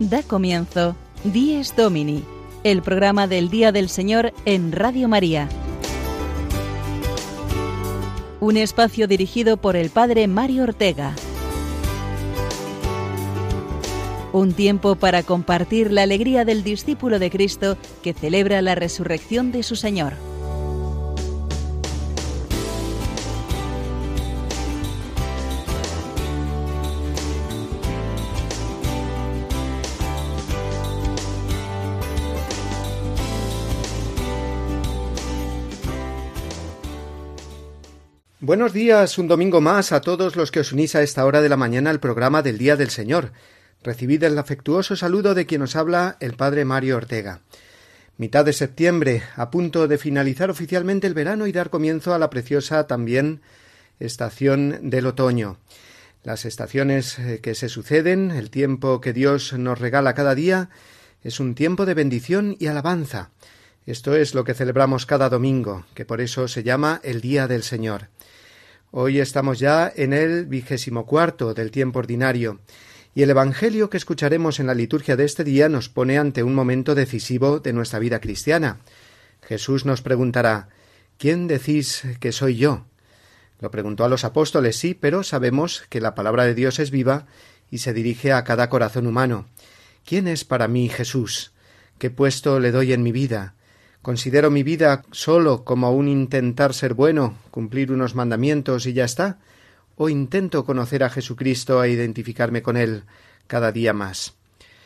Da comienzo Dies Domini, el programa del Día del Señor en Radio María. Un espacio dirigido por el Padre Mario Ortega. Un tiempo para compartir la alegría del discípulo de Cristo que celebra la resurrección de su Señor. Buenos días, un domingo más a todos los que os unís a esta hora de la mañana al programa del Día del Señor. Recibid el afectuoso saludo de quien os habla, el Padre Mario Ortega. Mitad de septiembre, a punto de finalizar oficialmente el verano y dar comienzo a la preciosa también estación del otoño. Las estaciones que se suceden, el tiempo que Dios nos regala cada día, es un tiempo de bendición y alabanza. Esto es lo que celebramos cada domingo, que por eso se llama el Día del Señor. Hoy estamos ya en el 24º del tiempo ordinario, y el Evangelio que escucharemos en la liturgia de este día nos pone ante un momento decisivo de nuestra vida cristiana. Jesús nos preguntará: ¿quién decís que soy yo? Lo preguntó a los apóstoles, sí, pero sabemos que la palabra de Dios es viva y se dirige a cada corazón humano. ¿Quién es para mí Jesús? ¿Qué puesto le doy en mi vida? ¿Considero mi vida solo como un intentar ser bueno, cumplir unos mandamientos y ya está? ¿O intento conocer a Jesucristo e identificarme con Él cada día más?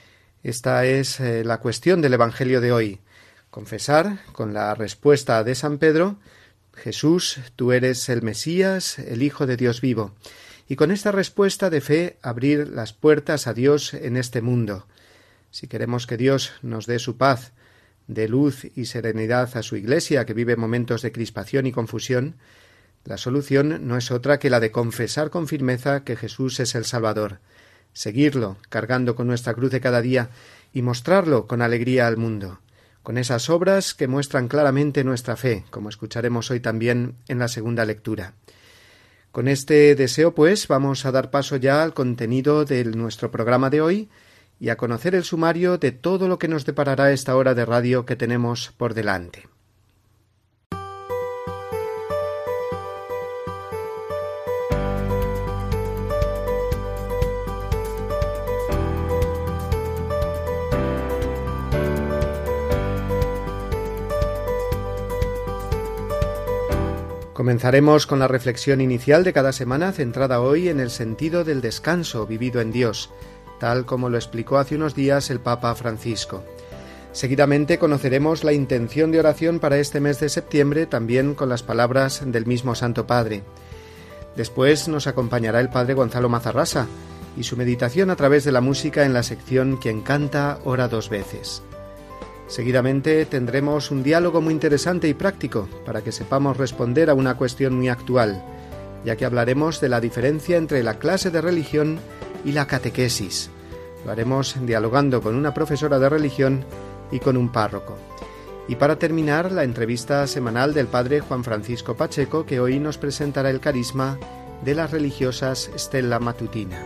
Esta es la cuestión del Evangelio de hoy. Confesar, con la respuesta de San Pedro: Jesús, tú eres el Mesías, el Hijo de Dios vivo. Y con esta respuesta de fe abrir las puertas a Dios en este mundo. Si queremos que Dios nos dé su paz, de luz y serenidad a su Iglesia, que vive momentos de crispación y confusión, la solución no es otra que la de confesar con firmeza que Jesús es el Salvador, seguirlo cargando con nuestra cruz de cada día y mostrarlo con alegría al mundo, con esas obras que muestran claramente nuestra fe, como escucharemos hoy también en la segunda lectura. Con este deseo, pues, vamos a dar paso ya al contenido de nuestro programa de hoy, y a conocer el sumario de todo lo que nos deparará esta hora de radio que tenemos por delante. Comenzaremos con la reflexión inicial de cada semana, centrada hoy en el sentido del descanso vivido en Dios, tal como lo explicó hace unos días el Papa Francisco. Seguidamente conoceremos la intención de oración para este mes de septiembre, también con las palabras del mismo Santo Padre. Después nos acompañará el Padre Gonzalo Mazarrasa y su meditación a través de la música en la sección Quien canta ora dos veces. Seguidamente tendremos un diálogo muy interesante y práctico para que sepamos responder a una cuestión muy actual, ya que hablaremos de la diferencia entre la clase de religión y la catequesis. Lo haremos dialogando con una profesora de religión y con un párroco. Y para terminar, la entrevista semanal del padre Juan Francisco Pacheco, que hoy nos presentará el carisma de las religiosas Stella Matutina.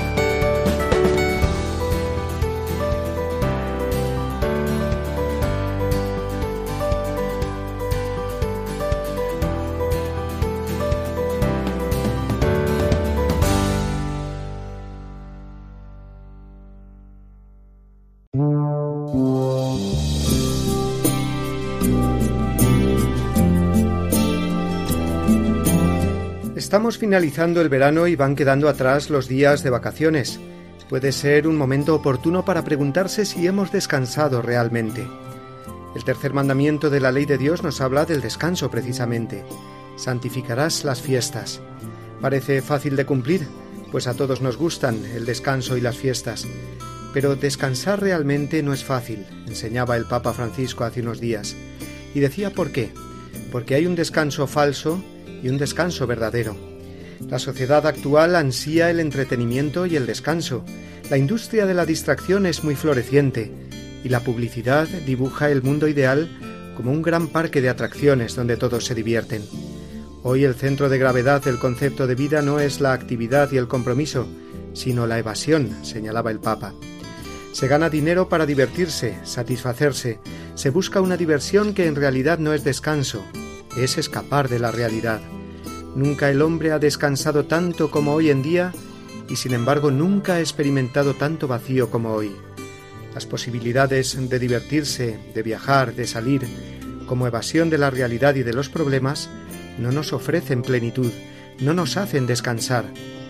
Estamos finalizando el verano y van quedando atrás los días de vacaciones. Puede ser un momento oportuno para preguntarse si hemos descansado realmente. El tercer mandamiento de la ley de Dios nos habla del descanso precisamente. Santificarás las fiestas. Parece fácil de cumplir, pues a todos nos gustan el descanso y las fiestas. Pero descansar realmente no es fácil, enseñaba el Papa Francisco hace unos días. Y decía por qué. Porque hay un descanso falso y un descanso verdadero. La sociedad actual ansía el entretenimiento y el descanso. La industria de la distracción es muy floreciente y la publicidad dibuja el mundo ideal como un gran parque de atracciones donde todos se divierten. Hoy el centro de gravedad del concepto de vida no es la actividad y el compromiso, sino la evasión, señalaba el Papa. Se gana dinero para divertirse, satisfacerse. Se busca una diversión que en realidad no es descanso, es escapar de la realidad. Nunca el hombre ha descansado tanto como hoy en día y sin embargo nunca ha experimentado tanto vacío como hoy. Las posibilidades de divertirse, de viajar, de salir, como evasión de la realidad y de los problemas, no nos ofrecen plenitud, no nos hacen descansar.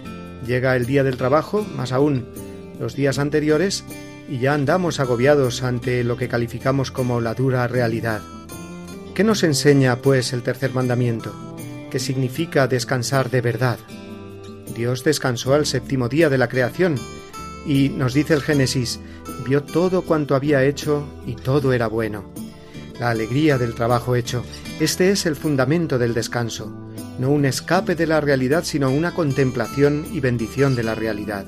Llega el día del trabajo, más aún los días anteriores, y ya andamos agobiados ante lo que calificamos como la dura realidad. ¿Qué nos enseña, pues, el tercer mandamiento? ¿Qué significa descansar de verdad? Dios descansó al séptimo día de la creación, y nos dice el Génesis, vio todo cuanto había hecho y todo era bueno. La alegría del trabajo hecho, este es el fundamento del descanso, no un escape de la realidad, sino una contemplación y bendición de la realidad.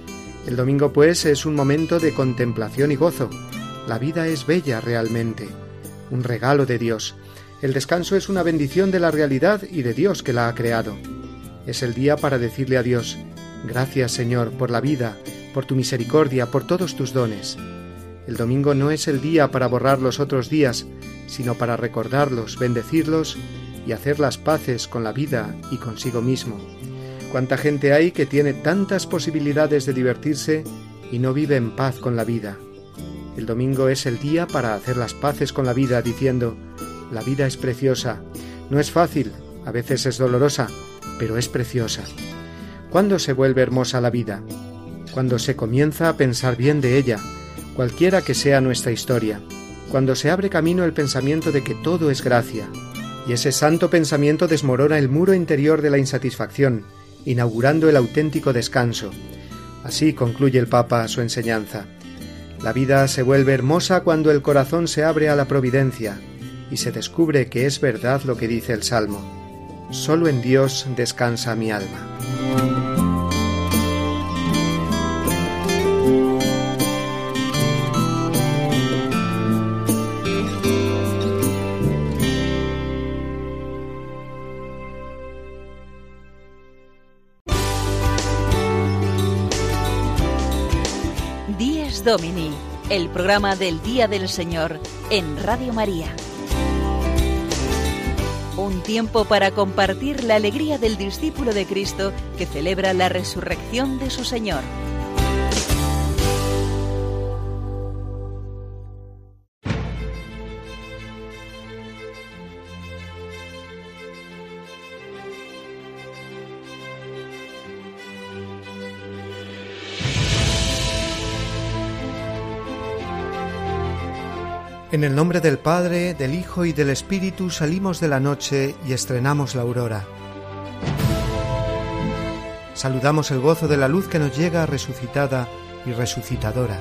El domingo, pues, es un momento de contemplación y gozo. La vida es bella realmente, un regalo de Dios. El descanso es una bendición de la realidad y de Dios que la ha creado. Es el día para decirle a Dios, gracias Señor por la vida, por tu misericordia, por todos tus dones. El domingo no es el día para borrar los otros días, sino para recordarlos, bendecirlos y hacer las paces con la vida y consigo mismo. ¿Cuánta gente hay que tiene tantas posibilidades de divertirse y no vive en paz con la vida? El domingo es el día para hacer las paces con la vida diciendo, la vida es preciosa, no es fácil, a veces es dolorosa, pero es preciosa. ¿Cuándo se vuelve hermosa la vida? Cuando se comienza a pensar bien de ella, cualquiera que sea nuestra historia, cuando se abre camino el pensamiento de que todo es gracia, y ese santo pensamiento desmorona el muro interior de la insatisfacción, inaugurando el auténtico descanso. Así concluye el Papa su enseñanza. La vida se vuelve hermosa cuando el corazón se abre a la providencia y se descubre que es verdad lo que dice el Salmo. Solo en Dios descansa mi alma. Domini, el programa del Día del Señor en Radio María. Un tiempo para compartir la alegría del discípulo de Cristo que celebra la resurrección de su Señor. En el nombre del Padre, del Hijo y del Espíritu salimos de la noche y estrenamos la aurora. Saludamos el gozo de la luz que nos llega resucitada y resucitadora.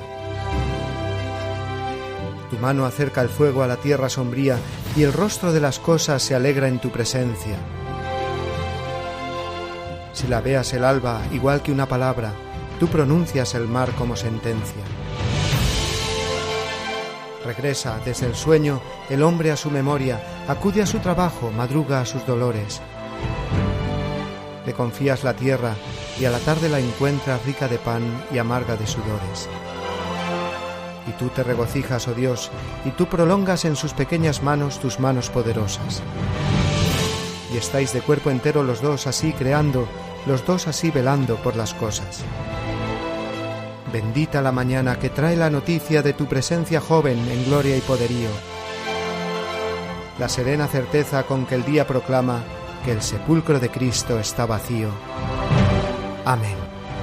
Tu mano acerca el fuego a la tierra sombría y el rostro de las cosas se alegra en tu presencia. Si la veas el alba igual que una palabra, tú pronuncias el mar como sentencia. Regresa desde el sueño el hombre a su memoria, acude a su trabajo, madruga a sus dolores. Le confías la tierra y a la tarde la encuentras rica de pan y amarga de sudores. Y tú te regocijas, oh Dios, y tú prolongas en sus pequeñas manos tus manos poderosas. Y estáis de cuerpo entero los dos así creando, los dos así velando por las cosas. Bendita la mañana que trae la noticia de tu presencia joven en gloria y poderío. La serena certeza con que el día proclama que el sepulcro de Cristo está vacío. Amén.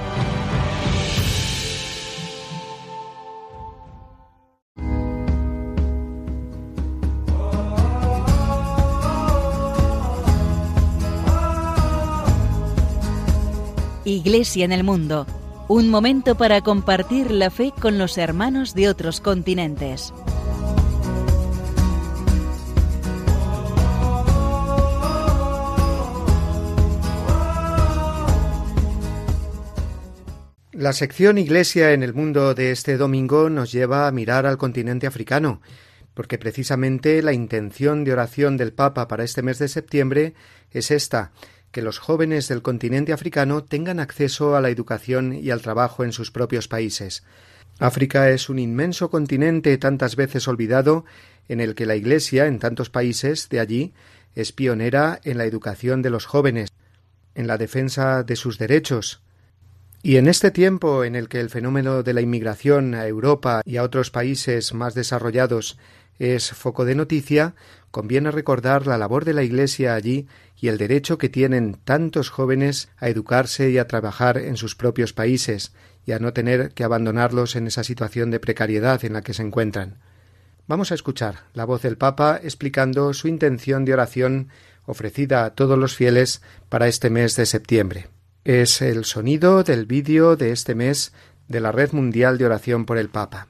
Iglesia en el mundo. Un momento para compartir la fe con los hermanos de otros continentes. La sección Iglesia en el mundo de este domingo nos lleva a mirar al continente africano, porque precisamente la intención de oración del Papa para este mes de septiembre es esta: que los jóvenes del continente africano tengan acceso a la educación y al trabajo en sus propios países. África es un inmenso continente tantas veces olvidado, en el que la Iglesia, en tantos países de allí, es pionera en la educación de los jóvenes, en la defensa de sus derechos. Y en este tiempo en el que el fenómeno de la inmigración a Europa y a otros países más desarrollados es foco de noticia, conviene recordar la labor de la Iglesia allí y el derecho que tienen tantos jóvenes a educarse y a trabajar en sus propios países y a no tener que abandonarlos en esa situación de precariedad en la que se encuentran. Vamos a escuchar la voz del Papa explicando su intención de oración ofrecida a todos los fieles para este mes de septiembre. Es el sonido del vídeo de este mes de la Red Mundial de Oración por el Papa.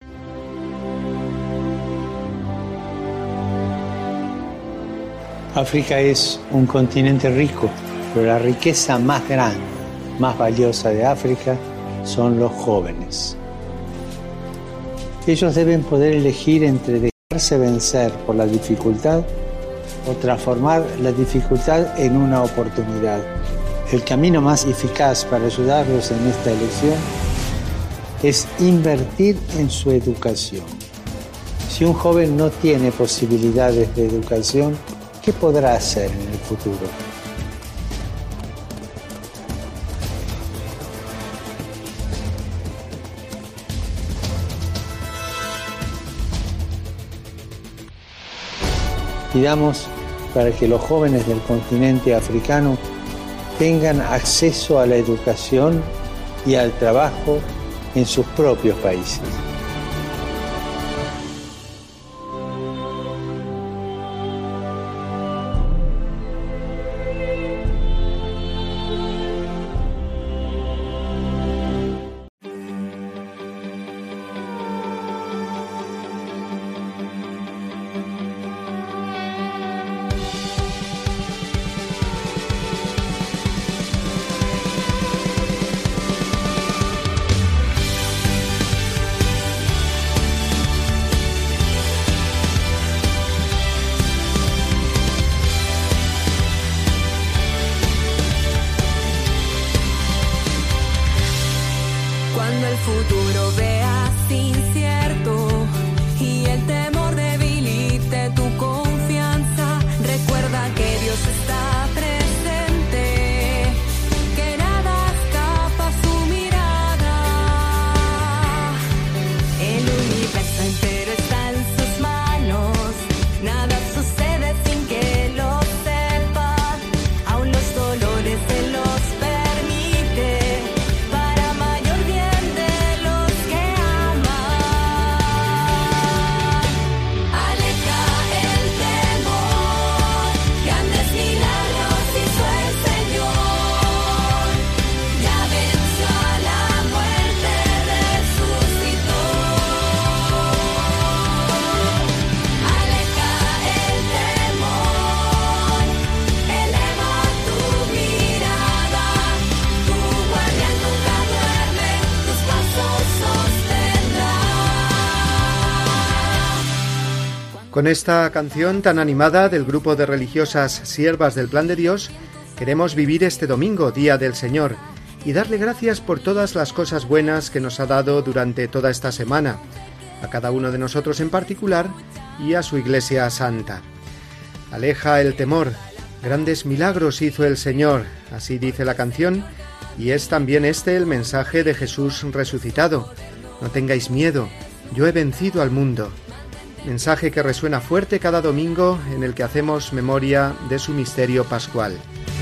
África es un continente rico, pero la riqueza más grande, más valiosa de África son los jóvenes. Ellos deben poder elegir entre dejarse vencer por la dificultad o transformar la dificultad en una oportunidad. El camino más eficaz para ayudarlos en esta elección es invertir en su educación. Si un joven no tiene posibilidades de educación, ¿qué podrá hacer en el futuro? Pidamos para que los jóvenes del continente africano tengan acceso a la educación y al trabajo en sus propios países. Cuando el futuro veas incierto y el temor debilite tu confianza, recuerda que Dios está presente, que nada escapa a su mirada. El universo entero está en sus manos, nada sucede sin que lo sepa, aún los dolores Él los permite para mayor bien de los que aman. Aleja el temor, grandes milagros hizo el Señor, ya venció a la muerte, resucitó. Aleja el temor, eleva tu mirada, tu guardián nunca duerme, tus pasos sostendrá. Con esta canción tan animada del grupo de religiosas Siervas del Plan de Dios, queremos vivir este domingo, Día del Señor, y darle gracias por todas las cosas buenas que nos ha dado durante toda esta semana, a cada uno de nosotros en particular y a su Iglesia Santa. Aleja el temor, grandes milagros hizo el Señor, así dice la canción, y es también este el mensaje de Jesús resucitado. No tengáis miedo, yo he vencido al mundo. Mensaje que resuena fuerte cada domingo en el que hacemos memoria de su misterio pascual.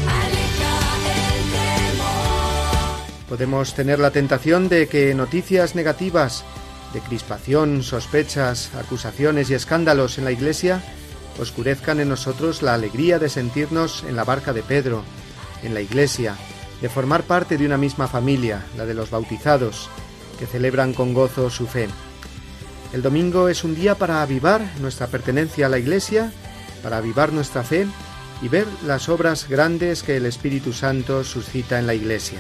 Podemos tener la tentación de que noticias negativas, de crispación, sospechas, acusaciones y escándalos en la Iglesia oscurezcan en nosotros la alegría de sentirnos en la barca de Pedro, en la Iglesia, de formar parte de una misma familia, la de los bautizados, que celebran con gozo su fe. El domingo es un día para avivar nuestra pertenencia a la Iglesia, para avivar nuestra fe y ver las obras grandes que el Espíritu Santo suscita en la Iglesia.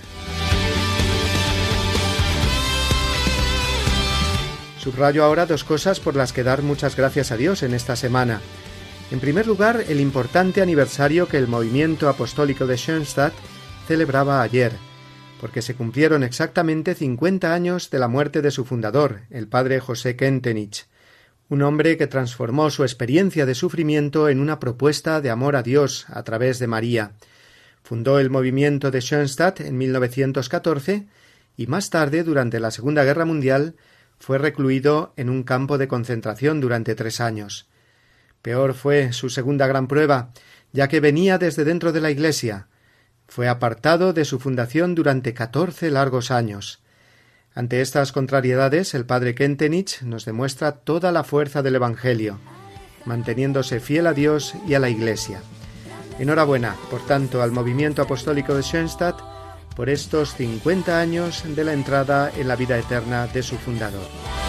Subrayo ahora dos cosas por las que dar muchas gracias a Dios en esta semana. En primer lugar, el importante aniversario que el movimiento apostólico de Schoenstatt celebraba ayer. porque se cumplieron exactamente 50 años de la muerte de su fundador, el padre José Kentenich, un hombre que transformó su experiencia de sufrimiento en una propuesta de amor a Dios a través de María. Fundó el movimiento de Schoenstatt en 1914 y más tarde, durante la Segunda Guerra Mundial, fue recluido en un campo de concentración durante 3 años. Peor fue su segunda gran prueba, ya que venía desde dentro de la Iglesia. Fue apartado de su fundación durante 14 largos años. Ante estas contrariedades, el padre Kentenich nos demuestra toda la fuerza del Evangelio, manteniéndose fiel a Dios y a la Iglesia. Enhorabuena, por tanto, al movimiento apostólico de Schoenstatt por estos 50 años de la entrada en la vida eterna de su fundador.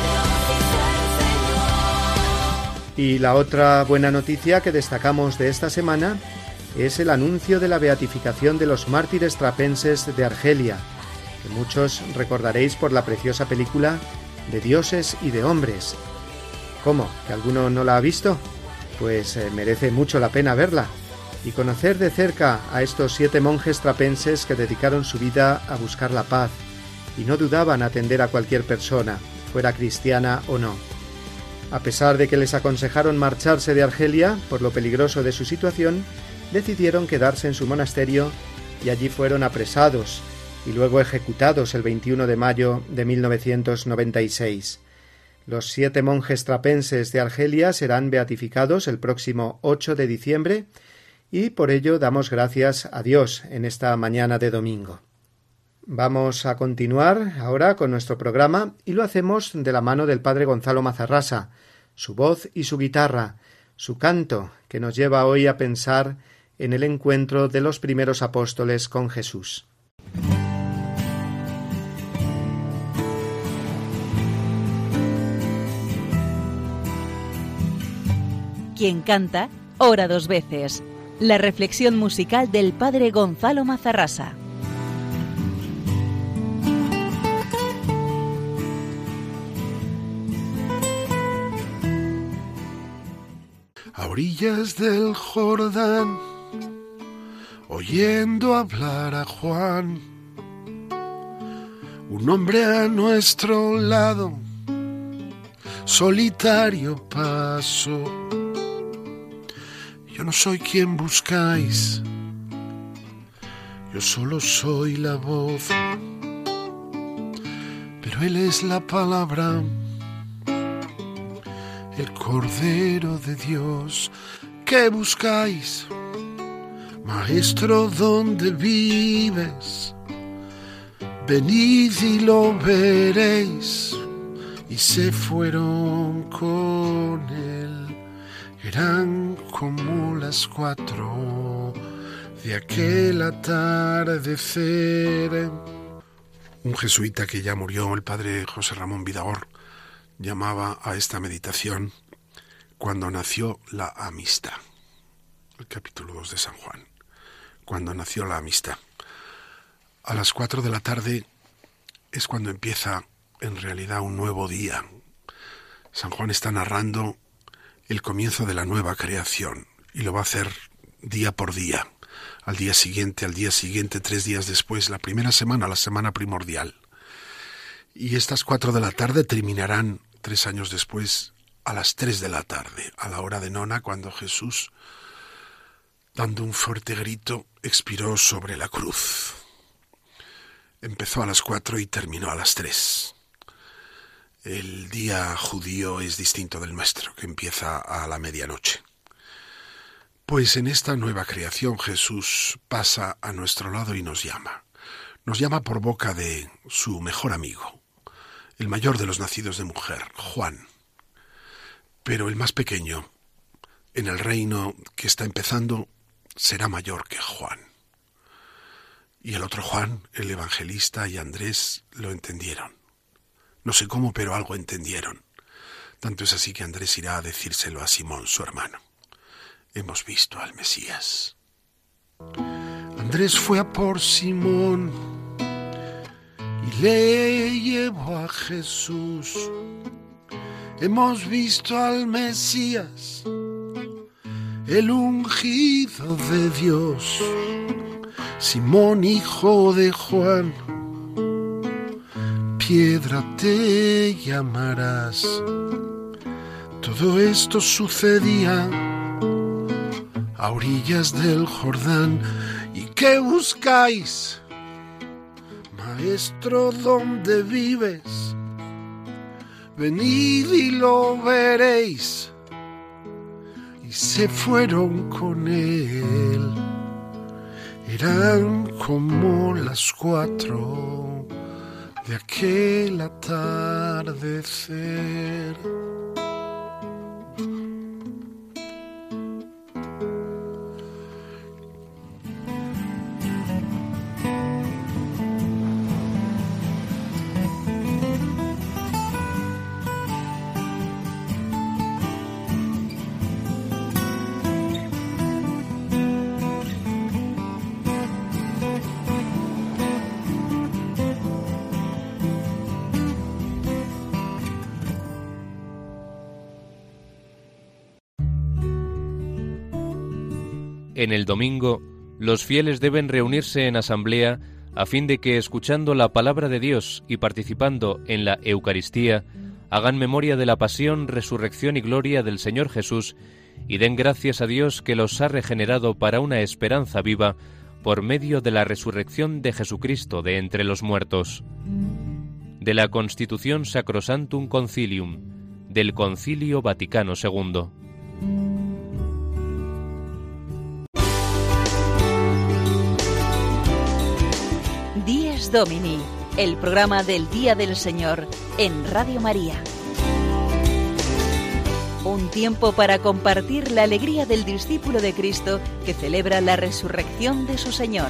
Y la otra buena noticia que destacamos de esta semana es el anuncio de la beatificación de los mártires trapenses de Argelia, que muchos recordaréis por la preciosa película de Dioses y de Hombres. ¿Cómo? ¿Que alguno no la ha visto? Pues merece mucho la pena verla y conocer de cerca a estos 7 monjes trapenses que dedicaron su vida a buscar la paz y no dudaban atender a cualquier persona, fuera cristiana o no. A pesar de que les aconsejaron marcharse de Argelia por lo peligroso de su situación, decidieron quedarse en su monasterio y allí fueron apresados y luego ejecutados el 21 de mayo de 1996. Los 7 monjes trapenses de Argelia serán beatificados el próximo 8 de diciembre y por ello damos gracias a Dios en esta mañana de domingo. Vamos a continuar ahora con nuestro programa y lo hacemos de la mano del padre Gonzalo Mazarrasa, su voz y su guitarra, su canto que nos lleva hoy a pensar en el encuentro de los primeros apóstoles con Jesús. Quien canta, ora 2 veces. La reflexión musical del padre Gonzalo Mazarrasa. A orillas del Jordán, oyendo hablar a Juan, un hombre a nuestro lado, solitario pasó. Yo no soy quien buscáis, yo solo soy la voz, pero Él es la palabra, el Cordero de Dios. ¿Qué buscáis? Maestro, ¿dónde vives? Venid y lo veréis. Y se fueron con Él. Eran como las 4 de aquel atardecer. Un jesuita que ya murió, el padre José Ramón Vidaor, llamaba a esta meditación cuando nació la amistad. El capítulo 2 de San Juan. Cuando nació la amistad. A las 4 de la tarde es cuando empieza en realidad un nuevo día. San Juan está narrando el comienzo de la nueva creación y lo va a hacer día por día, al día siguiente, 3 días después, la primera semana, la semana primordial. Y estas 4 de la tarde terminarán 3 años después a las 3 de la tarde, a la hora de nona, cuando Jesús, dando un fuerte grito, expiró sobre la cruz. Empezó a las 4 y terminó a las 3. El día judío es distinto del nuestro, que empieza a la medianoche. Pues en esta nueva creación Jesús pasa a nuestro lado y nos llama. Nos llama por boca de su mejor amigo, el mayor de los nacidos de mujer, Juan. Pero el más pequeño, en el reino que está empezando, será mayor que Juan. Y el otro Juan, el evangelista, y Andrés lo entendieron. No sé cómo, pero algo entendieron. Tanto es así que Andrés irá a decírselo a Simón, su hermano. Hemos visto al Mesías. Andrés fue a por Simón y le llevó a Jesús. Hemos visto al Mesías, el ungido de Dios. Simón, hijo de Juan, piedra te llamarás. Todo esto sucedía a orillas del Jordán. ¿Y qué buscáis? Maestro, ¿dónde vives? Venid y lo veréis. Y se fueron con él. Eran como las 4 de aquel atardecer. En el domingo, los fieles deben reunirse en asamblea a fin de que, escuchando la palabra de Dios y participando en la Eucaristía, hagan memoria de la pasión, resurrección y gloria del Señor Jesús y den gracias a Dios que los ha regenerado para una esperanza viva por medio de la resurrección de Jesucristo de entre los muertos. De la Constitución Sacrosanctum Concilium, del Concilio Vaticano II. Dies Domini, el programa del Día del Señor en Radio María. Un tiempo para compartir la alegría del discípulo de Cristo que celebra la resurrección de su Señor.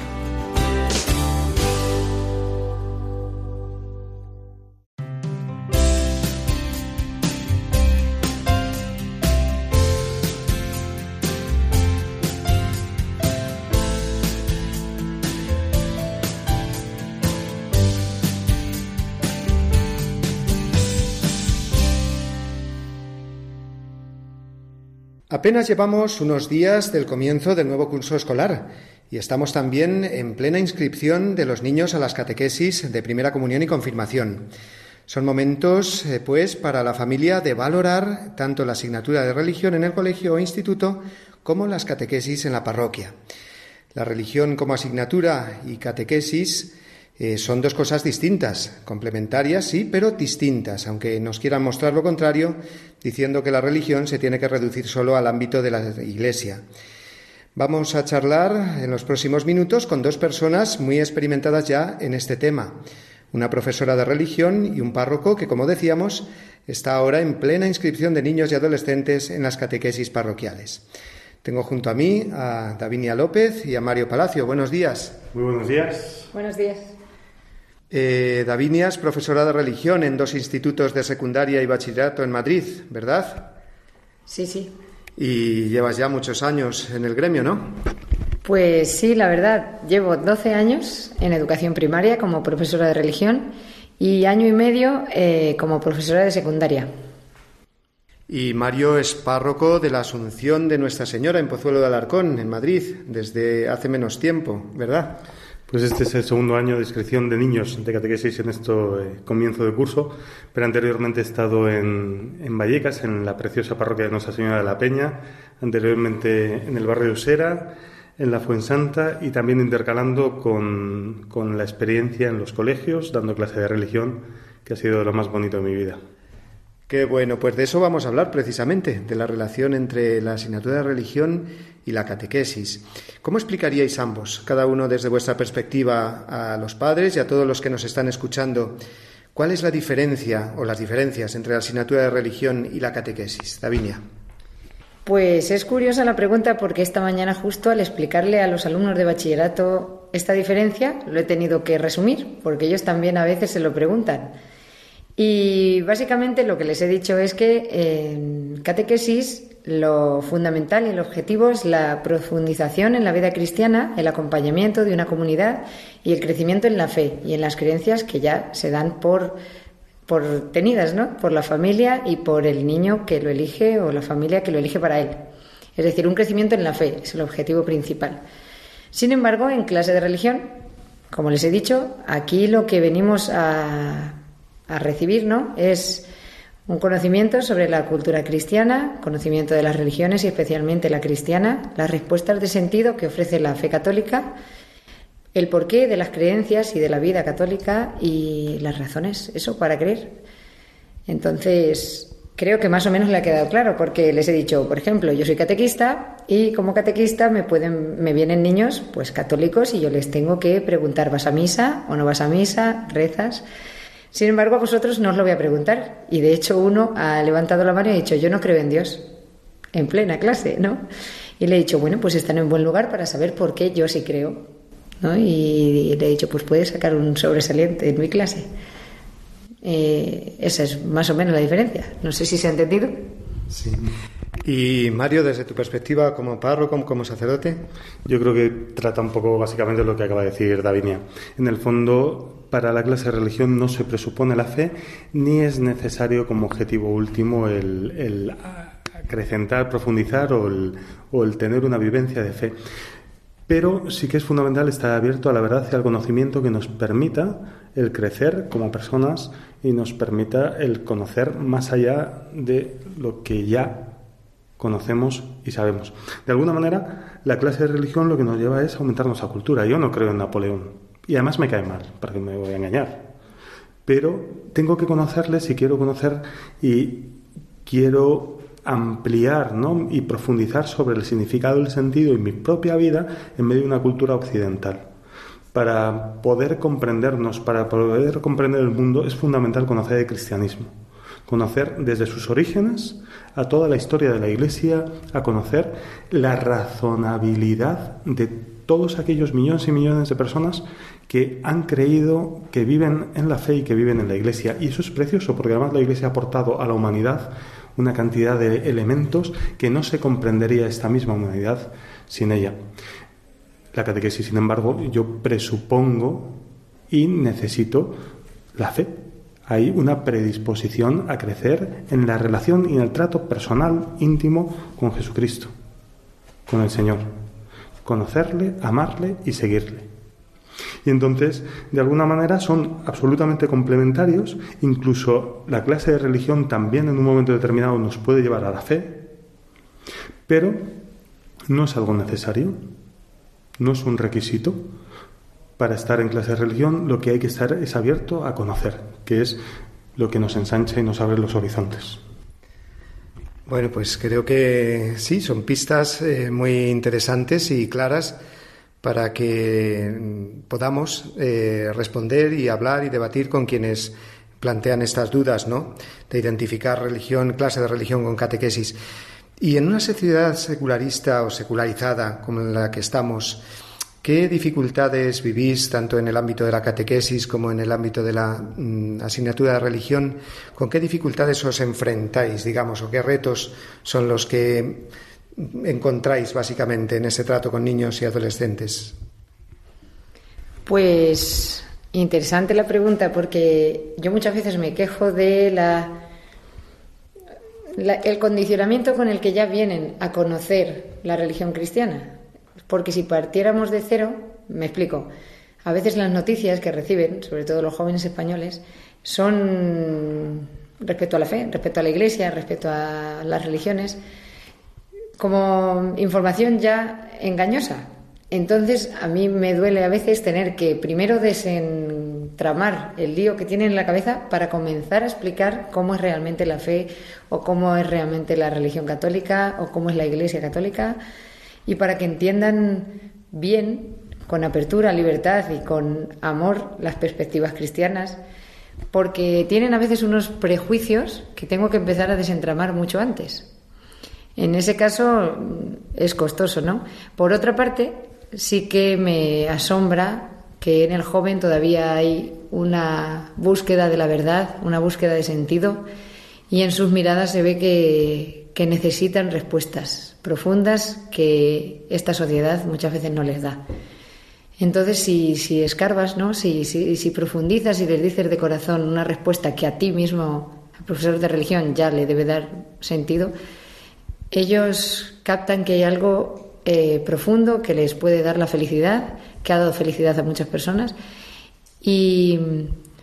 Apenas llevamos unos días del comienzo del nuevo curso escolar y estamos también en plena inscripción de los niños a las catequesis de primera comunión y confirmación. Son momentos, pues, para la familia de valorar tanto la asignatura de religión en el colegio o instituto como las catequesis en la parroquia. La religión como asignatura y catequesis son dos cosas distintas, complementarias, sí, pero distintas, aunque nos quieran mostrar lo contrario, diciendo que la religión se tiene que reducir solo al ámbito de la Iglesia. Vamos a charlar en los próximos minutos con dos personas muy experimentadas ya en este tema. Una profesora de religión y un párroco que, como decíamos, está ahora en plena inscripción de niños y adolescentes en las catequesis parroquiales. Tengo junto a mí a Davinia López y a Mario Palacio. Buenos días. Muy buenos días. Buenos días. Davinia es profesora de religión en 2 institutos de secundaria y bachillerato en Madrid, ¿verdad? Sí, sí. Y llevas ya muchos años en el gremio, ¿no? Pues sí, la verdad. Llevo 12 años en educación primaria como profesora de religión y año y medio como profesora de secundaria. Y Mario es párroco de la Asunción de Nuestra Señora en Pozuelo de Alarcón, en Madrid, desde hace menos tiempo, ¿verdad? Pues este es el segundo año de inscripción de niños de catequesis en este comienzo de curso, pero anteriormente he estado en Vallecas, en la preciosa parroquia de Nuestra Señora de la Peña, anteriormente en el barrio de Usera, en la Fuensanta y también intercalando con la experiencia en los colegios, dando clase de religión, que ha sido lo más bonito de mi vida. Qué bueno, pues de eso vamos a hablar precisamente, de la relación entre la asignatura de religión y la catequesis. ¿Cómo explicaríais ambos, cada uno desde vuestra perspectiva, a los padres y a todos los que nos están escuchando, cuál es la diferencia o las diferencias entre la asignatura de religión y la catequesis? Davinia. Pues es curiosa la pregunta porque esta mañana justo al explicarle a los alumnos de bachillerato esta diferencia lo he tenido que resumir porque ellos también a veces se lo preguntan. Y básicamente lo que les he dicho es que en catequesis lo fundamental y el objetivo es la profundización en la vida cristiana, el acompañamiento de una comunidad y el crecimiento en la fe y en las creencias que ya se dan por tenidas, ¿no? Por la familia y por el niño que lo elige o la familia que lo elige para él. Es decir, un crecimiento en la fe es el objetivo principal. Sin embargo, en clase de religión, como les he dicho, aquí lo que venimos a a recibir, ¿no? Es un conocimiento sobre la cultura cristiana, conocimiento de las religiones y especialmente la cristiana, las respuestas de sentido que ofrece la fe católica, el porqué de las creencias y de la vida católica y las razones, eso, para creer. Entonces, creo que más o menos le ha quedado claro, porque les he dicho, por ejemplo, yo soy catequista y como catequista me vienen niños pues católicos y yo les tengo que preguntar, ¿vas a misa o no vas a misa? ¿Rezas? Sin embargo, a vosotros no os lo voy a preguntar. Y de hecho uno ha levantado la mano y ha dicho, yo no creo en Dios, en plena clase, ¿no? Y le he dicho, bueno, pues están en buen lugar para saber por qué yo sí creo, ¿no? Y le he dicho, pues puedes sacar un sobresaliente en mi clase. Esa es más o menos la diferencia. No sé si se ha entendido. Sí. Y Mario, desde tu perspectiva como párroco, como sacerdote. Yo creo que trata un poco básicamente lo que acaba de decir Davinia. En el fondo, para la clase de religión no se presupone la fe, ni es necesario como objetivo último el acrecentar, profundizar o el tener una vivencia de fe. Pero sí que es fundamental estar abierto a la verdad y al conocimiento que nos permita el crecer como personas y nos permita el conocer más allá de lo que ya conocemos y sabemos. De alguna manera, la clase de religión lo que nos lleva es aumentar nuestra cultura. Yo no creo en Napoleón y además me cae mal, para que me voy a engañar. Pero tengo que conocerle si quiero conocer y quiero ampliar, ¿no? Y profundizar sobre el significado, el sentido y mi propia vida en medio de una cultura occidental. Para poder comprendernos, para poder comprender el mundo, es fundamental conocer el cristianismo. Conocer desde sus orígenes a toda la historia de la Iglesia, a conocer la razonabilidad de todos aquellos millones y millones de personas que han creído, que viven en la fe y que viven en la Iglesia. Y eso es precioso, porque además la Iglesia ha aportado a la humanidad una cantidad de elementos que no se comprendería esta misma humanidad sin ella. La catequesis, sin embargo, yo presupongo y necesito la fe. Hay una predisposición a crecer en la relación y en el trato personal, íntimo con Jesucristo, con el Señor. Conocerle, amarle y seguirle. Y entonces, de alguna manera, son absolutamente complementarios. Incluso la clase de religión también en un momento determinado nos puede llevar a la fe, pero no es algo necesario, no es un requisito. Para estar en clase de religión lo que hay que estar es abierto a conocer, que es lo que nos ensancha y nos abre los horizontes. Bueno, pues creo que sí, son pistas muy interesantes y claras para que podamos responder y hablar y debatir con quienes plantean estas dudas, ¿no? De identificar religión, clase de religión con catequesis. Y en una sociedad secularista o secularizada como en la que estamos, ¿qué dificultades vivís tanto en el ámbito de la catequesis como en el ámbito de la asignatura de religión? ¿Con qué dificultades os enfrentáis, digamos, o qué retos son los que encontráis básicamente en ese trato con niños y adolescentes? Pues interesante la pregunta, porque yo muchas veces me quejo de el condicionamiento con el que ya vienen a conocer la religión cristiana. Porque si partiéramos de cero, me explico, a veces las noticias que reciben, sobre todo los jóvenes españoles, son respecto a la fe, respecto a la Iglesia, respecto a las religiones, como información ya engañosa. Entonces, a mí me duele a veces tener que primero desentramar el lío que tienen en la cabeza para comenzar a explicar cómo es realmente la fe o cómo es realmente la religión católica o cómo es la Iglesia católica, y para que entiendan bien, con apertura, libertad y con amor, las perspectivas cristianas, porque tienen a veces unos prejuicios que tengo que empezar a desentramar mucho antes. En ese caso es costoso, ¿no? Por otra parte, sí que me asombra que en el joven todavía hay una búsqueda de la verdad, una búsqueda de sentido, y en sus miradas se ve que necesitan respuestas profundas que esta sociedad muchas veces no les da. Entonces, si escarbas, ¿no? Si profundizas y les dices de corazón una respuesta que a ti mismo, al profesor de religión, ya le debe dar sentido, ellos captan que hay algo profundo que les puede dar la felicidad, que ha dado felicidad a muchas personas, y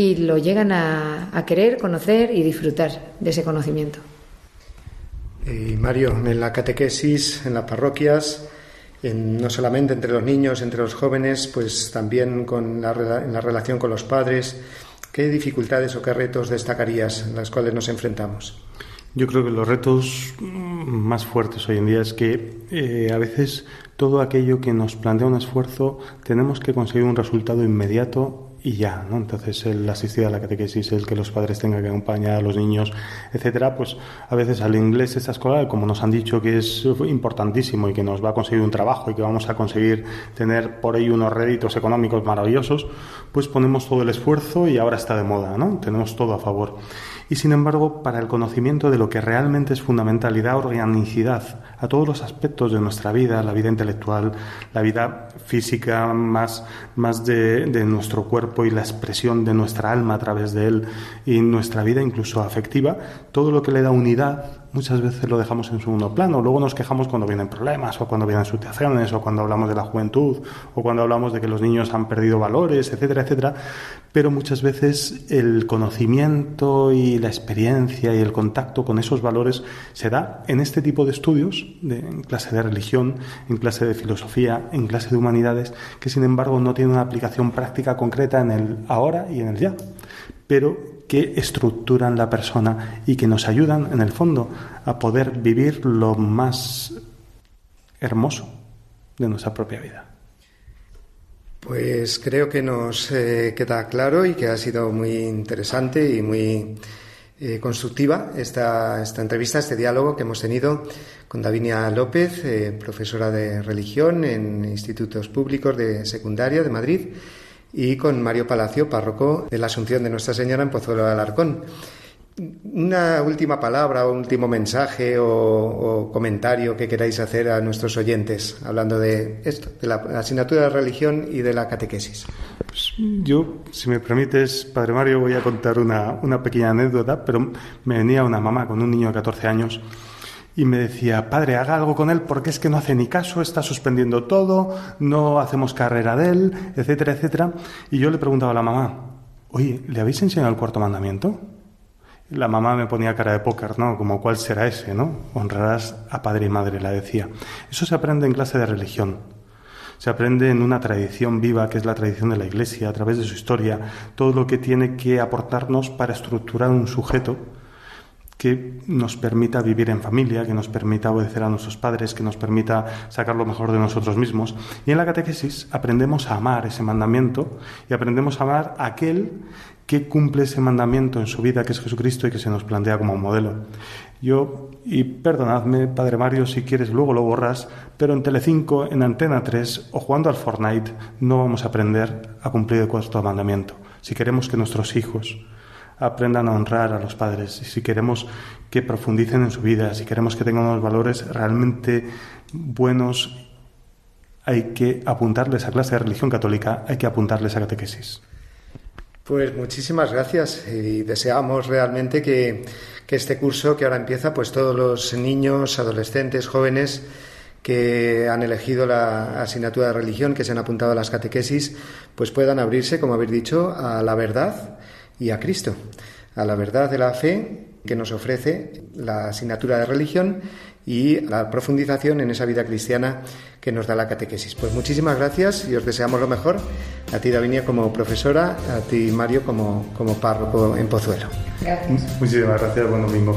y lo llegan a querer, conocer y disfrutar de ese conocimiento. Y Mario, en la catequesis, en las parroquias, no solamente entre los niños, entre los jóvenes, pues también en la relación con los padres, ¿qué dificultades o qué retos destacarías en las cuales nos enfrentamos? Yo creo que los retos más fuertes hoy en día es que a veces todo aquello que nos plantea un esfuerzo tenemos que conseguir un resultado inmediato y ya, ¿no? Entonces el asistir a la catequesis, el que los padres tengan que acompañar a los niños, etcétera, pues a veces al inglés esta escolar, como nos han dicho que es importantísimo y que nos va a conseguir un trabajo y que vamos a conseguir tener por ello unos réditos económicos maravillosos, pues ponemos todo el esfuerzo y ahora está de moda, ¿no? Tenemos todo a favor. Y sin embargo, para el conocimiento de lo que realmente es fundamental y da organicidad a todos los aspectos de nuestra vida, la vida intelectual, la vida física, más de nuestro cuerpo y la expresión de nuestra alma a través de él, y nuestra vida incluso afectiva, todo lo que le da unidad, muchas veces lo dejamos en segundo plano. Luego nos quejamos cuando vienen problemas, o cuando vienen situaciones, o cuando hablamos de la juventud, o cuando hablamos de que los niños han perdido valores, etcétera, etcétera. Pero muchas veces el conocimiento y la experiencia y el contacto con esos valores se da en este tipo de estudios, en clase de religión, en clase de filosofía, en clase de humanidades, que sin embargo no tienen una aplicación práctica concreta en el ahora y en el ya, pero que estructuran la persona y que nos ayudan, en el fondo, a poder vivir lo más hermoso de nuestra propia vida. Pues creo que nos queda claro y que ha sido muy interesante y muy constructiva esta entrevista, este diálogo que hemos tenido con Davinia López, profesora de religión en institutos públicos de secundaria de Madrid, y con Mario Palacio, párroco de la Asunción de Nuestra Señora en Pozuelo de Alarcón. Una última palabra o un último mensaje o comentario que queráis hacer a nuestros oyentes, hablando de esto, de la asignatura de religión y de la catequesis. Pues yo, si me permites, Padre Mario, voy a contar una pequeña anécdota, pero me venía una mamá con un niño de 14 años y me decía: padre, haga algo con él porque es que no hace ni caso, está suspendiendo todo, no hacemos carrera de él, etcétera, etcétera. Y yo le preguntaba a la mamá: oye, ¿le habéis enseñado el cuarto mandamiento? La mamá me ponía cara de póker, ¿no? Como, ¿cuál será ese, no? Honrarás a padre y madre, la decía. Eso se aprende en clase de religión. Se aprende en una tradición viva, que es la tradición de la Iglesia, a través de su historia, todo lo que tiene que aportarnos para estructurar un sujeto que nos permita vivir en familia, que nos permita obedecer a nuestros padres, que nos permita sacar lo mejor de nosotros mismos. Y en la catequesis aprendemos a amar ese mandamiento y aprendemos a amar a aquel que cumple ese mandamiento en su vida, que es Jesucristo, y que se nos plantea como un modelo. Yo, y perdonadme, Padre Mario, si quieres luego lo borras, pero en Telecinco, en Antena 3 o jugando al Fortnite no vamos a aprender a cumplir el cuarto mandamiento. Si queremos que nuestros hijos aprendan a honrar a los padres, y si queremos que profundicen en su vida, si queremos que tengan unos valores realmente buenos, hay que apuntarles a clase de religión católica, hay que apuntarles a catequesis. Pues muchísimas gracias, y deseamos realmente que este curso que ahora empieza, pues todos los niños, adolescentes, jóvenes que han elegido la asignatura de religión, que se han apuntado a las catequesis, pues puedan abrirse, como habéis dicho, a la verdad y a Cristo, a la verdad de la fe que nos ofrece la asignatura de religión y la profundización en esa vida cristiana que nos da la catequesis. Pues muchísimas gracias y os deseamos lo mejor, a ti, Davinia, como profesora, a ti, Mario, como párroco en Pozuelo. Gracias. Muchísimas gracias, buen domingo.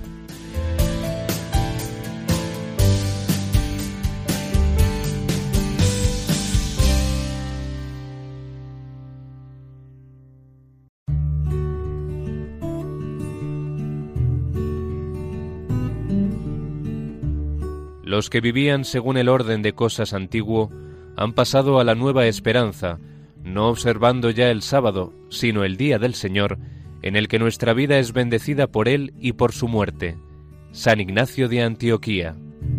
Los que vivían según el orden de cosas antiguo han pasado a la nueva esperanza, no observando ya el sábado, sino el día del Señor, en el que nuestra vida es bendecida por Él y por su muerte. San Ignacio de Antioquía.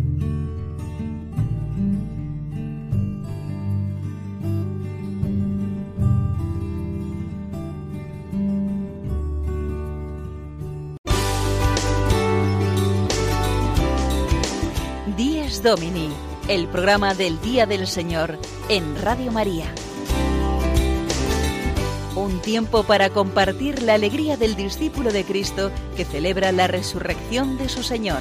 Dies Domini, el programa del Día del Señor en Radio María. Un tiempo para compartir la alegría del discípulo de Cristo que celebra la resurrección de su Señor.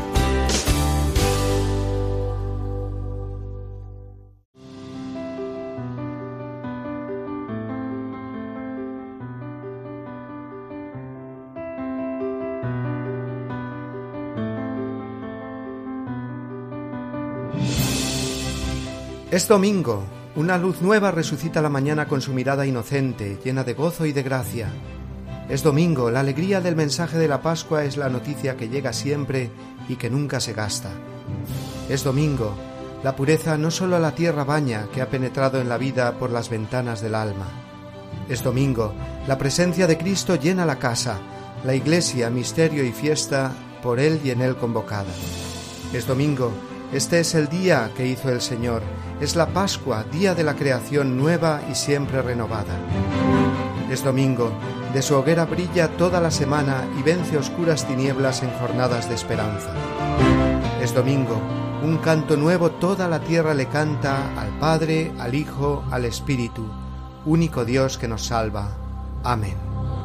Es domingo. Una luz nueva resucita la mañana con su mirada inocente, llena de gozo y de gracia. Es domingo, la alegría del mensaje de la Pascua es la noticia que llega siempre y que nunca se gasta. Es domingo, la pureza no solo a la tierra baña, que ha penetrado en la vida por las ventanas del alma. Es domingo, la presencia de Cristo llena la casa, la iglesia, misterio y fiesta, por Él y en Él convocada. Es domingo, este es el día que hizo el Señor, es la Pascua, día de la creación nueva y siempre renovada. Es domingo, de su hoguera brilla toda la semana y vence oscuras tinieblas en jornadas de esperanza. Es domingo, un canto nuevo toda la tierra le canta al Padre, al Hijo, al Espíritu, único Dios que nos salva. Amén.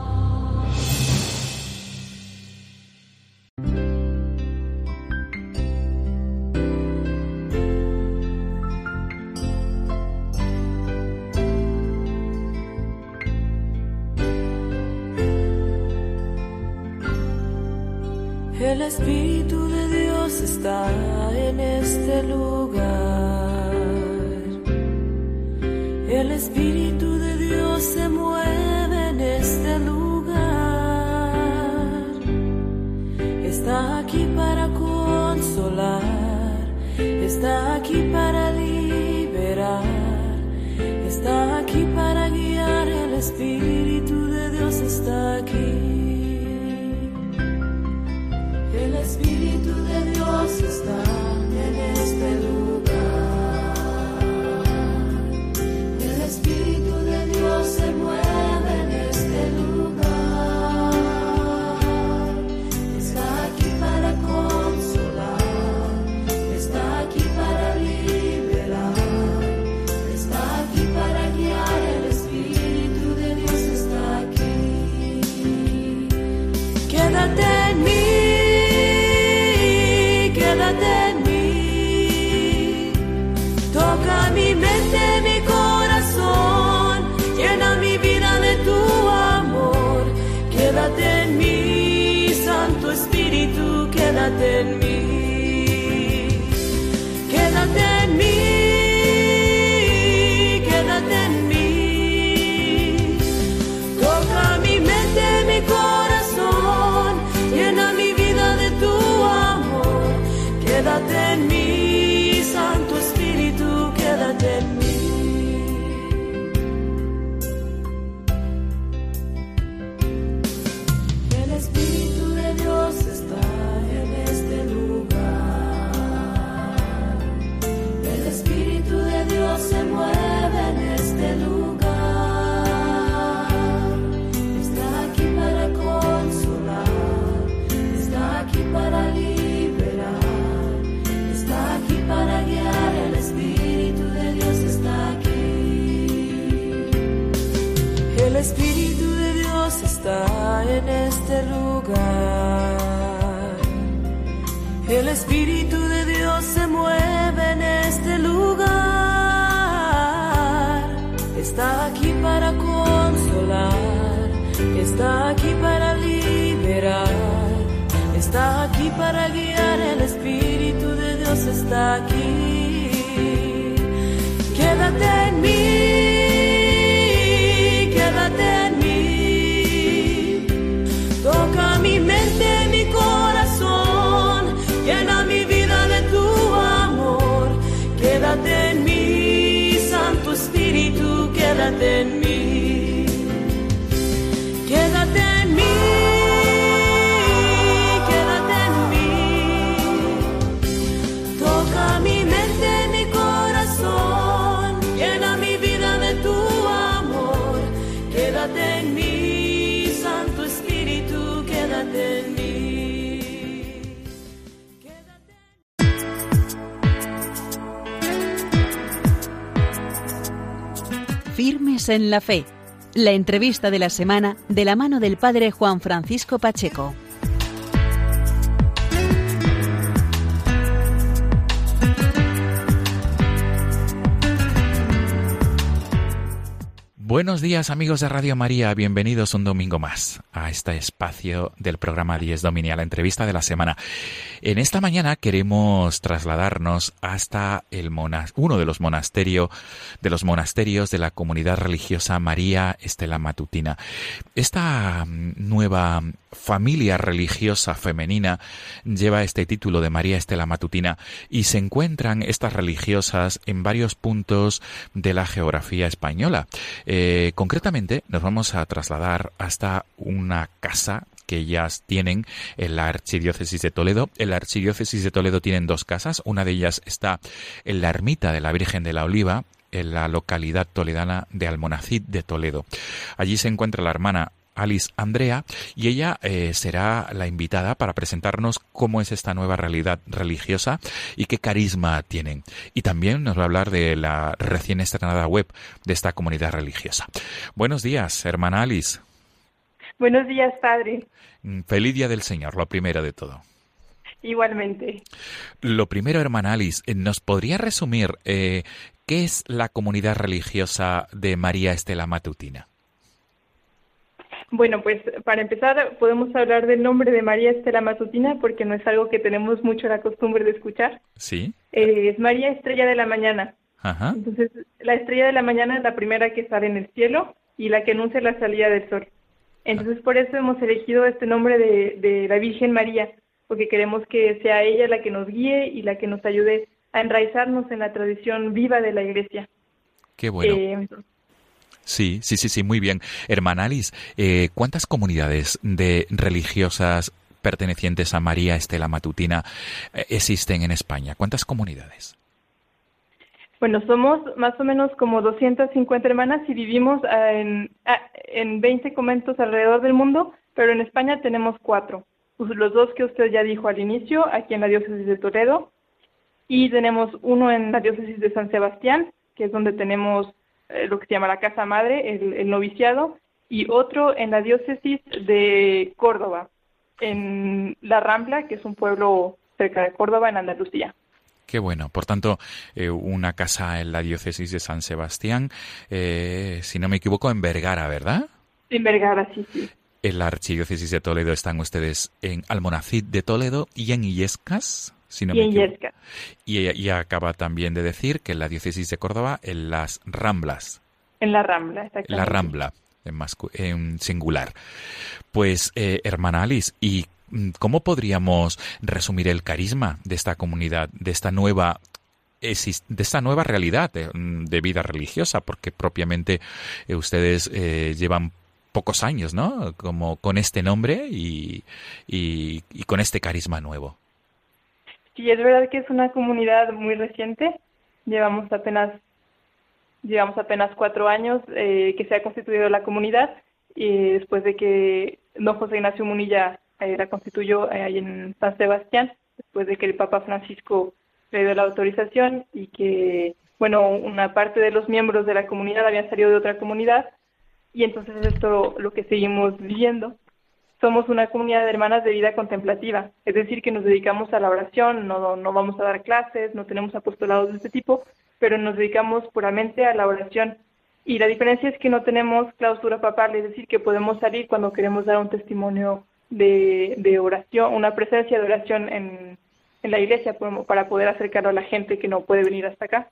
El Espíritu de Dios está en este lugar. El Espíritu de Dios se mueve en este lugar. Está aquí para consolar, está aquí para liberar, está aquí para guiar. El Espíritu de Dios está aquí. El Espíritu de Dios está en este lugar. El Espíritu de Dios se mueve en este lugar. Está aquí para consolar, está aquí para liberar, está aquí para guiar. El Espíritu de Dios está aquí. Quédate en mí. Quédate en mí, toca mi mente, mi corazón, llena mi vida de tu amor. Quédate en mí, Santo Espíritu, quédate en mí. Quédate en mí, quédate en mí. Toca mi mente, mi corazón, llena mi vida de tu amor. Quédate en mí, Santo Espíritu, quédate en mí. El Espíritu de Dios está en este lugar. El Espíritu de Dios se mueve en este lugar. Está aquí para consolar, está aquí para liberar, está aquí para guiar. El Espíritu de Dios está aquí. El Espíritu de Dios está en este lugar. El Espíritu de Dios se mueve en este lugar. Está aquí para consolar, está aquí para liberar, está aquí para guiar. El Espíritu de Dios está aquí. Quédate en mí, quédate en mí. Toca mi mente, mi corazón, llena mi vida de tu amor. Quédate en mí, Santo Espíritu, quédate en mí. Quédate en mí. Quédate en mí, Santo Espíritu, quédate en mí. Firmes en la fe, La entrevista de la semana de la mano del padre Juan Francisco Pacheco. Buenos días, amigos de Radio María, bienvenidos un domingo más a este espacio del programa Dies Domini, a la entrevista de la semana. En esta mañana queremos trasladarnos hasta uno de los monasterios de la comunidad religiosa María Estela Matutina. Esta nueva familia religiosa femenina lleva este título de María Estela Matutina y se encuentran estas religiosas en varios puntos de la geografía española. Concretamente nos vamos a trasladar hasta una casa que ellas tienen en la Archidiócesis de Toledo. En la Archidiócesis de Toledo tienen dos casas. Una de ellas está en la Ermita de la Virgen de la Oliva, en la localidad toledana de Almonacid de Toledo. Allí se encuentra la hermana Alice Andrea y ella será la invitada para presentarnos cómo es esta nueva realidad religiosa y qué carisma tienen. Y también nos va a hablar de la recién estrenada web de esta comunidad religiosa. Buenos días, hermana Alice. Buenos días, padre. Feliz Día del Señor, lo primero de todo. Igualmente. Lo primero, hermana Alice, ¿nos podría resumir qué es la comunidad religiosa de María Estela Matutina? Bueno, pues para empezar podemos hablar del nombre de María Estela Matutina porque no es algo que tenemos mucho la costumbre de escuchar. Sí. Es María Estrella de la Mañana. Ajá. Entonces, la Estrella de la Mañana es la primera que sale en el cielo y la que anuncia la salida del sol. Entonces, por eso hemos elegido este nombre de la Virgen María, porque queremos que sea ella la que nos guíe y la que nos ayude a enraizarnos en la tradición viva de la Iglesia. Qué bueno. Sí, muy bien. Hermana Alice, ¿cuántas comunidades de religiosas pertenecientes a María Estela Matutina existen en España? ¿Cuántas comunidades? Bueno, somos más o menos como 250 hermanas y vivimos en 20 conventos alrededor del mundo, pero en España tenemos 4. Pues los 2 que usted ya dijo al inicio, aquí en la diócesis de Toledo, y tenemos uno en la diócesis de San Sebastián, que es donde tenemos lo que se llama la Casa Madre, el noviciado, y otro en la diócesis de Córdoba, en La Rambla, que es un pueblo cerca de Córdoba, en Andalucía. Qué bueno. Por tanto, una casa en la diócesis de San Sebastián, si no me equivoco, en Vergara, ¿verdad? En Vergara, sí. En la Archidiócesis de Toledo están ustedes en Almonacid de Toledo y en Illescas. Si no me equivoco. Y acaba también de decir que en la diócesis de Córdoba, en las Ramblas. En la Rambla, exactamente. La Rambla, en singular. Pues, hermana Alice, ¿y cómo podríamos resumir el carisma de esta comunidad, de esta nueva realidad de vida religiosa? Porque propiamente ustedes llevan pocos años, ¿no? Como con este nombre y con este carisma nuevo. Sí, es verdad que es una comunidad muy reciente. Llevamos apenas 4 años que se ha constituido la comunidad y después de que don José Ignacio Munilla la constituyó ahí en San Sebastián, después de que el Papa Francisco le dio la autorización y que, bueno, una parte de los miembros de la comunidad habían salido de otra comunidad y entonces esto lo que seguimos viviendo. Somos una comunidad de hermanas de vida contemplativa, es decir, que nos dedicamos a la oración, no vamos a dar clases, no tenemos apostolados de este tipo, pero nos dedicamos puramente a la oración. Y la diferencia es que no tenemos clausura papal, es decir, que podemos salir cuando queremos dar un testimonio de oración, una presencia de oración en la iglesia para poder acercarlo a la gente que no puede venir hasta acá.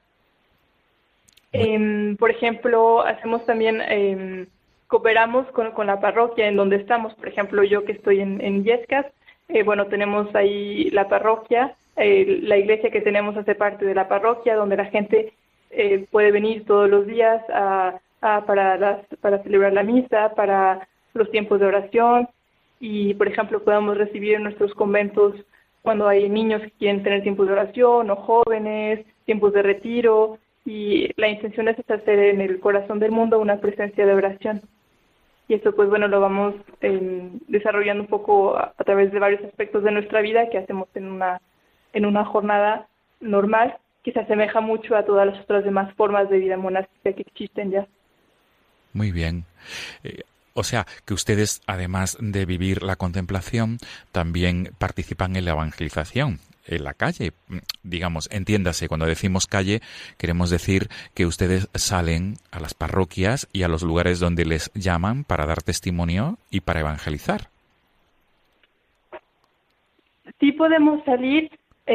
Por ejemplo, hacemos también... Cooperamos con la parroquia en donde estamos. Por ejemplo, yo que estoy en Illescas, tenemos ahí la parroquia, la iglesia que tenemos hace parte de la parroquia, donde la gente puede venir todos los días para celebrar la misa, para los tiempos de oración, y por ejemplo podemos recibir en nuestros conventos cuando hay niños que quieren tener tiempos de oración, o jóvenes, tiempos de retiro, y la intención es hacer en el corazón del mundo una presencia de oración. Y eso lo vamos desarrollando un poco a través de varios aspectos de nuestra vida que hacemos en una jornada normal, que se asemeja mucho a todas las otras demás formas de vida monástica que existen ya. Muy bien. O sea, que ustedes, además de vivir la contemplación, también participan en la evangelización, en la calle. Digamos, entiéndase, cuando decimos calle, queremos decir que ustedes salen a las parroquias y a los lugares donde les llaman para dar testimonio y para evangelizar. Sí podemos salir,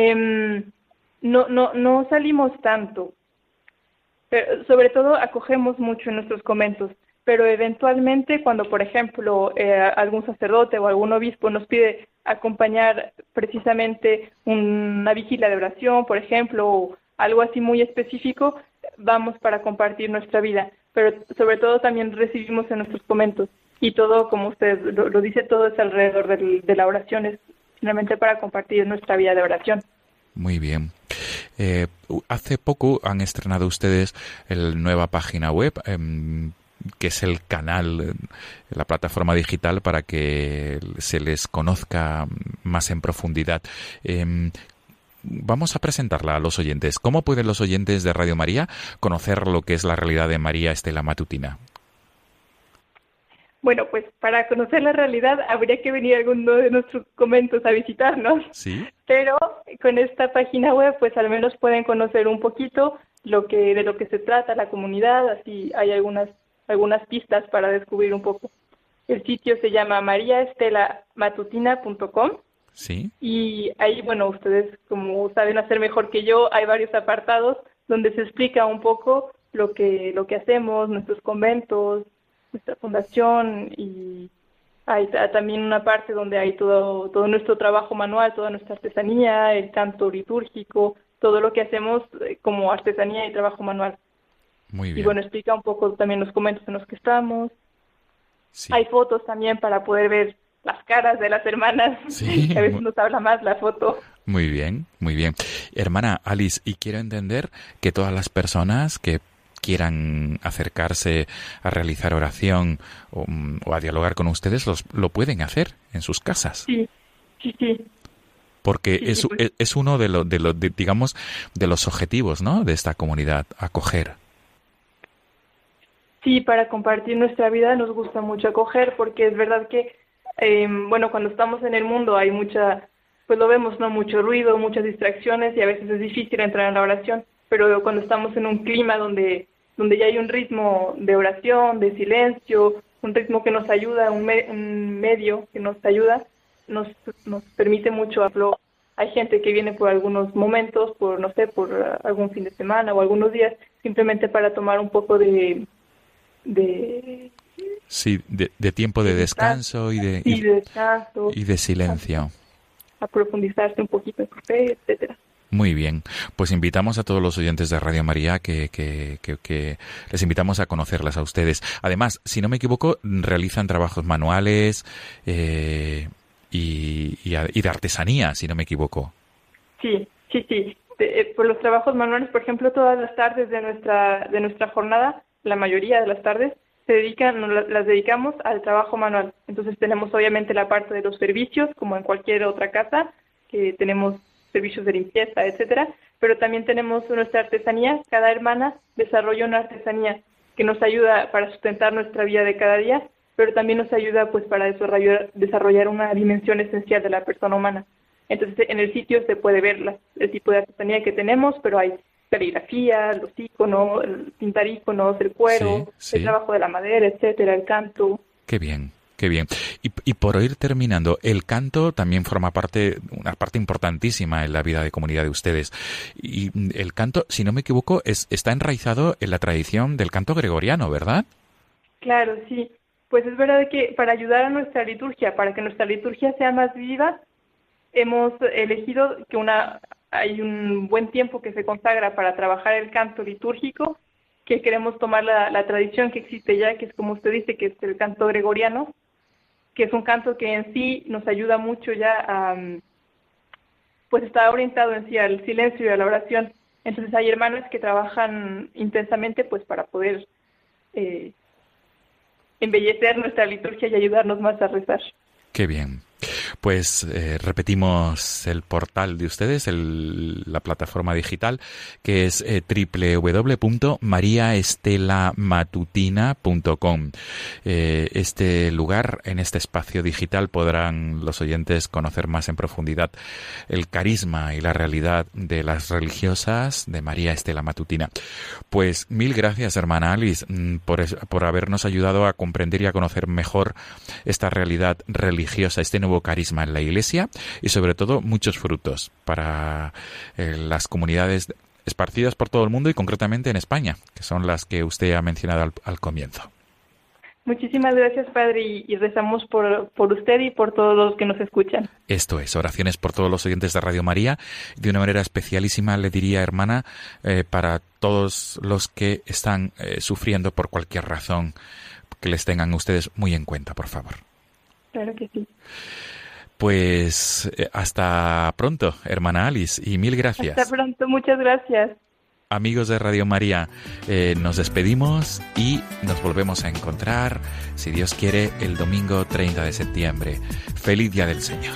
no salimos tanto, pero sobre todo acogemos mucho en nuestros conventos, pero eventualmente cuando, por ejemplo, algún sacerdote o algún obispo nos pide acompañar precisamente una vigilia de oración, por ejemplo, o algo así muy específico, vamos para compartir nuestra vida, pero sobre todo también recibimos en nuestros conventos, y todo, como usted lo dice, todo es alrededor de la oración, es finalmente para compartir nuestra vida de oración. Muy bien. Hace poco han estrenado ustedes la nueva página web, que es el canal, la plataforma digital para que se les conozca más en profundidad. Vamos a presentarla a los oyentes. ¿Cómo pueden los oyentes de Radio María conocer lo que es la realidad de María Estela Matutina? Bueno, pues para conocer la realidad habría que venir a alguno de nuestros conventos a visitarnos. Sí. Pero con esta página web, pues al menos pueden conocer un poquito de lo que se trata la comunidad, así hay algunas pistas para descubrir un poco. El sitio se llama mariaestelamatutina.com. Sí. Y ahí, bueno, ustedes como saben hacer mejor que yo, hay varios apartados donde se explica un poco lo que hacemos, nuestros conventos, nuestra fundación, y hay también una parte donde hay todo nuestro trabajo manual, toda nuestra artesanía, el canto litúrgico, todo lo que hacemos como artesanía y trabajo manual. Muy bien. Y bueno, explica un poco también los conventos en los que estamos. Sí. Hay fotos también para poder ver las caras de las hermanas, Sí. a veces nos habla más la foto. Muy bien, muy bien. Hermana Alice, y quiero entender que todas las personas que quieran acercarse a realizar oración o a dialogar con ustedes lo pueden hacer en sus casas. Sí. Porque Sí, pues. es uno de los objetivos, ¿no?, de esta comunidad, acoger. Sí, para compartir nuestra vida nos gusta mucho acoger, porque es verdad que, cuando estamos en el mundo hay pues lo vemos, ¿no?, mucho ruido, muchas distracciones, y a veces es difícil entrar en la oración, pero cuando estamos en un clima donde ya hay un ritmo de oración, de silencio, un ritmo que nos ayuda, un medio que nos ayuda, nos permite mucho hablar. Hay gente que viene por algunos momentos, por algún fin de semana o algunos días, simplemente para tomar un poco de tiempo de descanso y de silencio. A profundizarse un poquito en su fe, etcétera. Muy bien, pues invitamos a todos los oyentes de Radio María que les invitamos a conocerlas a ustedes. Además, si no me equivoco, realizan trabajos manuales y de artesanía, si no me equivoco. Sí. Por los trabajos manuales, por ejemplo, todas las tardes de nuestra jornada, la mayoría de las tardes, las dedicamos al trabajo manual. Entonces tenemos obviamente la parte de los servicios, como en cualquier otra casa, que tenemos servicios de limpieza, etcétera, pero también tenemos nuestra artesanía. Cada hermana desarrolla una artesanía que nos ayuda para sustentar nuestra vida de cada día, pero también nos ayuda pues para desarrollar una dimensión esencial de la persona humana. Entonces en el sitio se puede ver el tipo de artesanía que tenemos, pero hay caligrafía, los iconos, pintar iconos, el cuero, sí. El trabajo de la madera, etcétera, el canto. Qué bien. Y por ir terminando, el canto también forma una parte importantísima en la vida de comunidad de ustedes. Y el canto, si no me equivoco, está enraizado en la tradición del canto gregoriano, ¿verdad? Claro, sí. Pues es verdad que para ayudar a nuestra liturgia, para que nuestra liturgia sea más viva, hemos elegido que hay un buen tiempo que se consagra para trabajar el canto litúrgico, que queremos tomar la tradición que existe ya, que es como usted dice, que es el canto gregoriano, que es un canto que en sí nos ayuda mucho ya pues está orientado en sí al silencio y a la oración. Entonces hay hermanas que trabajan intensamente pues para poder embellecer nuestra liturgia y ayudarnos más a rezar. Qué bien. Pues repetimos el portal de ustedes, la plataforma digital, que es www.mariaestelamatutina.com. Este lugar, en este espacio digital, podrán los oyentes conocer más en profundidad el carisma y la realidad de las religiosas de María Estela Matutina. Pues mil gracias, hermana Alice, por habernos ayudado a comprender y a conocer mejor esta realidad religiosa, este nuevo carisma en la Iglesia y sobre todo muchos frutos para las comunidades esparcidas por todo el mundo y concretamente en España, que son las que usted ha mencionado al comienzo. Muchísimas gracias, Padre, y rezamos por usted y por todos los que nos escuchan. Esto es, oraciones por todos los oyentes de Radio María. De una manera especialísima, le diría, hermana, para todos los que están sufriendo por cualquier razón, que les tengan ustedes muy en cuenta, por favor. Claro que sí. Pues hasta pronto, hermana Alice, y mil gracias. Hasta pronto, muchas gracias. Amigos de Radio María, nos despedimos y nos volvemos a encontrar, si Dios quiere, el domingo 30 de septiembre. ¡Feliz Día del Señor!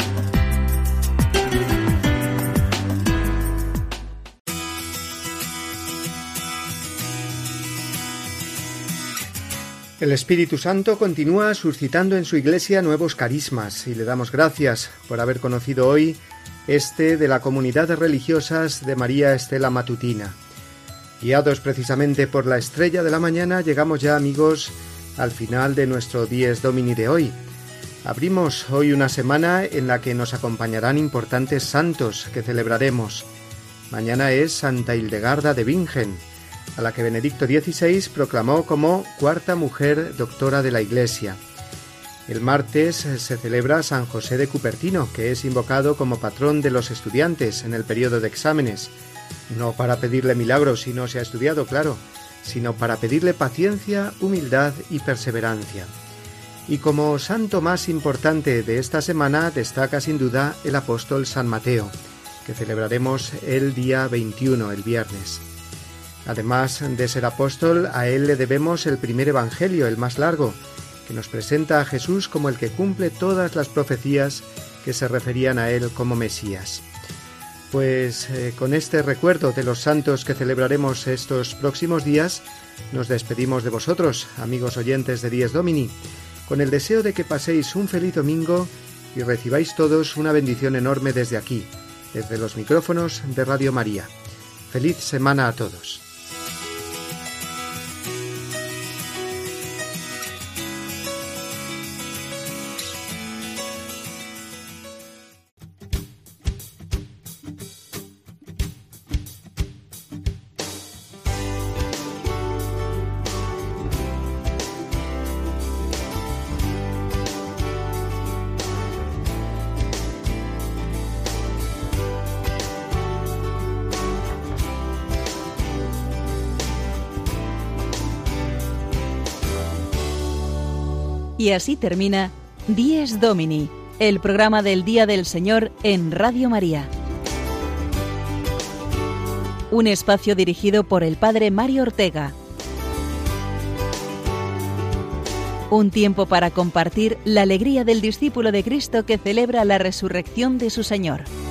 El Espíritu Santo continúa suscitando en su Iglesia nuevos carismas y le damos gracias por haber conocido hoy de la comunidad de religiosas de María Estela Matutina. Guiados precisamente por la estrella de la mañana, llegamos ya, amigos, al final de nuestro Dies Domini de hoy. Abrimos hoy una semana en la que nos acompañarán importantes santos que celebraremos. Mañana es Santa Hildegarda de Bingen, a la que Benedicto XVI proclamó como cuarta mujer doctora de la Iglesia. El martes se celebra San José de Cupertino, que es invocado como patrón de los estudiantes en el periodo de exámenes, no para pedirle milagros si no se ha estudiado, claro, sino para pedirle paciencia, humildad y perseverancia. Y como santo más importante de esta semana destaca sin duda el apóstol San Mateo, que celebraremos el día 21, el viernes. Además de ser apóstol, a él le debemos el primer evangelio, el más largo, que nos presenta a Jesús como el que cumple todas las profecías que se referían a él como Mesías. Pues con este recuerdo de los santos que celebraremos estos próximos días, nos despedimos de vosotros, amigos oyentes de Dies Domini, con el deseo de que paséis un feliz domingo y recibáis todos una bendición enorme desde aquí, desde los micrófonos de Radio María. Feliz semana a todos. Y así termina Dies Domini, el programa del Día del Señor en Radio María. Un espacio dirigido por el Padre Mario Ortega. Un tiempo para compartir la alegría del discípulo de Cristo que celebra la resurrección de su Señor.